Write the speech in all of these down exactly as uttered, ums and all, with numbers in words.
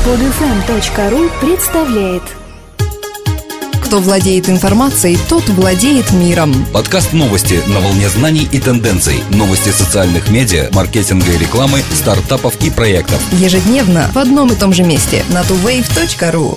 под эф эм точка ру представляет. Кто владеет информацией, тот владеет миром. Подкаст «Новости» на волне знаний и тенденций. Новости социальных медиа, маркетинга и рекламы, стартапов и проектов. Ежедневно в одном и том же месте на ту вейв точка ру.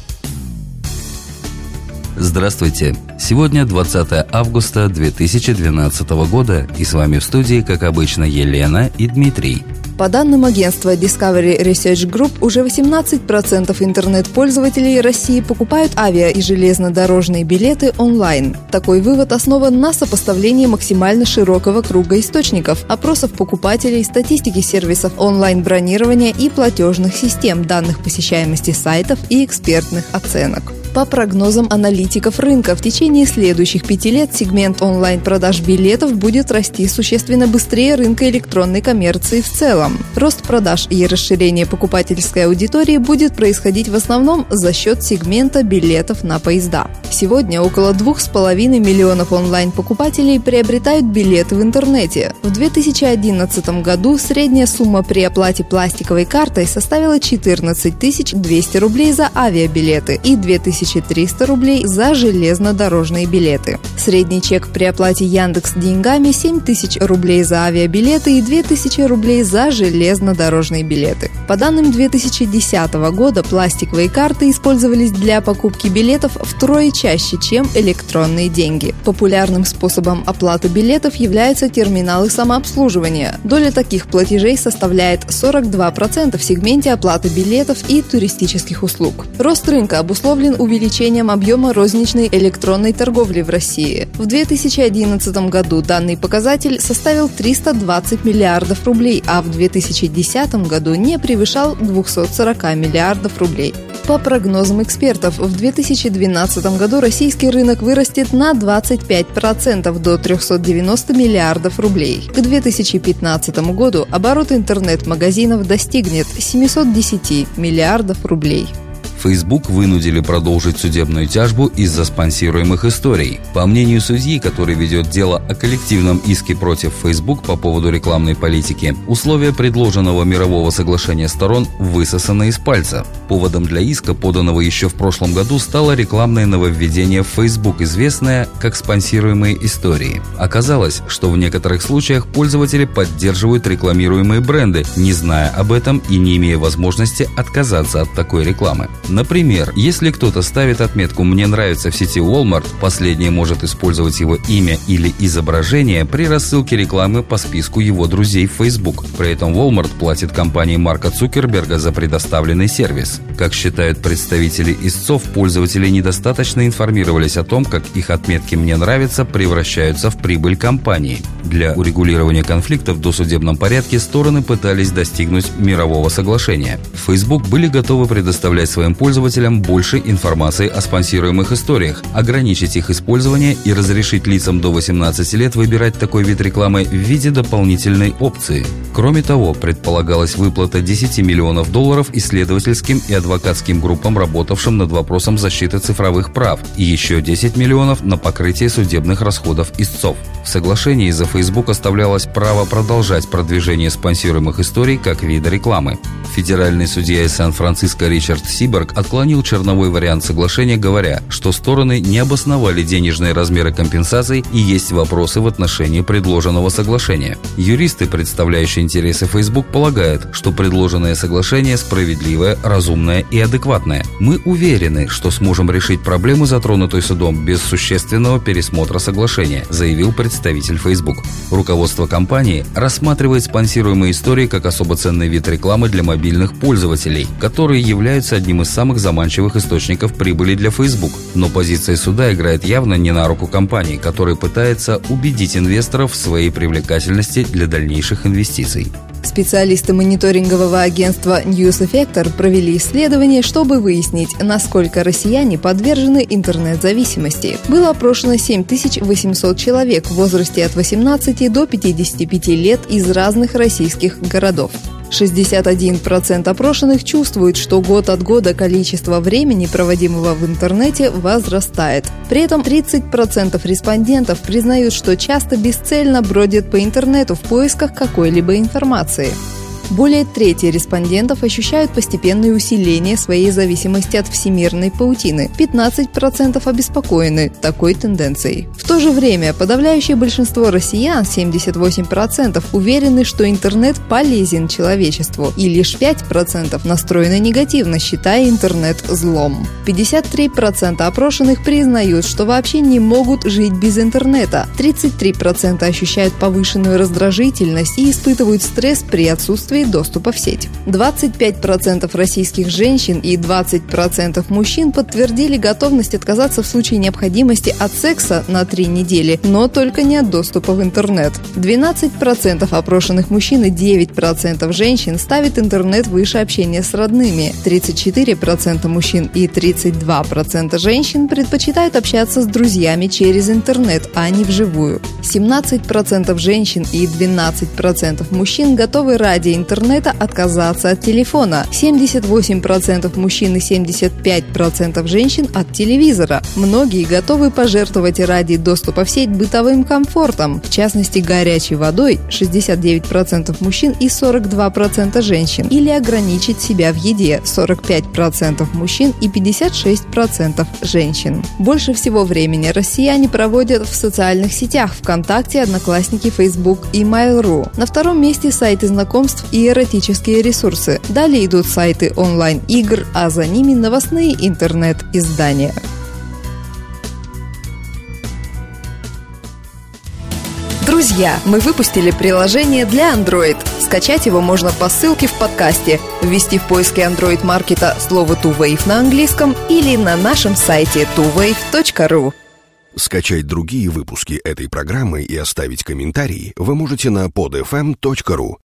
Здравствуйте! Сегодня двадцатое августа две тысячи двенадцатого года, и с вами в студии, как обычно, Елена и Дмитрий. По данным агентства Discovery Research Group, уже восемнадцать процентов интернет-пользователей России покупают авиа- и железнодорожные билеты онлайн. Такой вывод основан на сопоставлении максимально широкого круга источников, опросов покупателей, статистики сервисов онлайн-бронирования и платежных систем, данных посещаемости сайтов и экспертных оценок. По прогнозам аналитиков рынка, в течение следующих пяти лет сегмент онлайн-продаж билетов будет расти существенно быстрее рынка электронной коммерции в целом. Рост продаж и расширение покупательской аудитории будет происходить в основном за счет сегмента билетов на поезда. Сегодня около двух с половиной миллионов онлайн-покупателей приобретают билеты в интернете. В две тысячи одиннадцатом году средняя сумма при оплате пластиковой картой составила четырнадцать тысяч двести рублей за авиабилеты и две тысячи триста рублей за железнодорожные билеты. Средний чек при оплате Яндекс деньгами семь тысяч рублей за авиабилеты и две тысячи рублей за железнодорожные билеты. По данным две тысячи десятого года, пластиковые карты использовались для покупки билетов втрое чаще, чем электронные деньги. Популярным способом оплаты билетов являются терминалы самообслуживания. Доля таких платежей составляет сорок два процента в сегменте оплаты билетов и туристических услуг. Рост рынка обусловлен увеличением увеличением объема розничной электронной торговли в России. В две тысячи одиннадцатом году данный показатель составил триста двадцать миллиардов рублей, а в две тысячи десятом году не превышал двухсот сорока миллиардов рублей. По прогнозам экспертов, в две тысячи двенадцатом году российский рынок вырастет на двадцать пять процентов до трехсот девяноста миллиардов рублей. К две тысячи пятнадцатому году оборот интернет-магазинов достигнет семисот десяти миллиардов рублей. Facebook вынудили продолжить судебную тяжбу из-за спонсируемых историй. По мнению судьи, который ведет дело о коллективном иске против Facebook по поводу рекламной политики, условия предложенного мирового соглашения сторон высосаны из пальца. Поводом для иска, поданного еще в прошлом году, стало рекламное нововведение в Facebook, известное как спонсируемые истории. Оказалось, что в некоторых случаях пользователи поддерживают рекламируемые бренды, не зная об этом и не имея возможности отказаться от такой рекламы. Например, если кто-то ставит отметку «Мне нравится» в сети Walmart, последний может использовать его имя или изображение при рассылке рекламы по списку его друзей в Facebook. При этом Walmart платит компании Марка Цукерберга за предоставленный сервис. Как считают представители истцов, пользователи недостаточно информировались о том, как их отметки «Мне нравится» превращаются в прибыль компании. Для урегулирования конфликта в досудебном порядке стороны пытались достигнуть мирового соглашения. Facebook были готовы предоставлять своим пользователям больше информации о спонсируемых историях, ограничить их использование и разрешить лицам до восемнадцати лет выбирать такой вид рекламы в виде дополнительной опции. Кроме того, предполагалась выплата десяти миллионов долларов исследовательским и адвокатским группам, работавшим над вопросом защиты цифровых прав, и еще десять миллионов на покрытие судебных расходов истцов. В соглашении за Facebook оставлялось право продолжать продвижение спонсируемых историй как вида рекламы. Федеральный судья из Сан-Франциско Ричард Сиборг отклонил черновой вариант соглашения, говоря, что стороны не обосновали денежные размеры компенсаций и есть вопросы в отношении предложенного соглашения. Юристы, представляющие интересы Facebook, полагают, что предложенное соглашение справедливое, разумное и адекватное. Мы уверены, что сможем решить проблему, затронутую судом, без существенного пересмотра соглашения, заявил представитель Facebook. Руководство компании рассматривает спонсируемые истории как особо ценный вид рекламы для мобильных пользователей, которые являются одним из самых заманчивых источников прибыли для Facebook. Но позиция суда играет явно не на руку компании, которая пытается убедить инвесторов в своей привлекательности для дальнейших инвестиций. Специалисты мониторингового агентства Newseffector провели исследование, чтобы выяснить, насколько россияне подвержены интернет-зависимости. Было опрошено семь тысяч восемьсот человек в возрасте от восемнадцати до пятидесяти пяти лет из разных российских городов. шестьдесят один процент опрошенных чувствуют, что год от года количество времени, проводимого в интернете, возрастает. При этом тридцать процентов респондентов признают, что часто бесцельно бродят по интернету в поисках какой-либо информации. Более трети респондентов ощущают постепенное усиление своей зависимости от всемирной паутины. пятнадцать процентов обеспокоены такой тенденцией. В то же время подавляющее большинство россиян, семьдесят восемь процентов, уверены, что интернет полезен человечеству, и лишь пять процентов настроены негативно, считая интернет злом. пятьдесят три процента опрошенных признают, что вообще не могут жить без интернета. тридцать три процента ощущают повышенную раздражительность и испытывают стресс при отсутствии доступа в сеть. двадцать пять процентов российских женщин и двадцать процентов мужчин подтвердили готовность отказаться в случае необходимости от секса на три недели, но только не от доступа в интернет. двенадцать процентов опрошенных мужчин и девять процентов женщин ставят интернет выше общения с родными. тридцать четыре процента мужчин и тридцать два процента женщин предпочитают общаться с друзьями через интернет, а не вживую. семнадцать процентов женщин и двенадцать процентов мужчин готовы ради интернета отказаться от телефона. семьдесят восемь процентов мужчин и семьдесят пять процентов женщин от телевизора. Многие готовы пожертвовать ради доступа в сеть бытовым комфортом, в частности горячей водой, шестьдесят девять процентов мужчин и сорок два процента женщин, или ограничить себя в еде, сорок пять процентов мужчин и пятьдесят шесть процентов женщин. Больше всего времени россияне проводят в социальных сетях ВКонтакте, Одноклассники, Facebook и Mail.ru. На втором месте сайты знакомств и эротические ресурсы. Далее идут сайты онлайн-игр, а за ними новостные интернет-издания. Друзья, мы выпустили приложение для Android. Скачать его можно по ссылке в подкасте, ввести в поиске Android маркета слово TwoWave на английском или на нашем сайте two wave точка ru. Скачать другие выпуски этой программы и оставить комментарии вы можете на pod f m точка ru.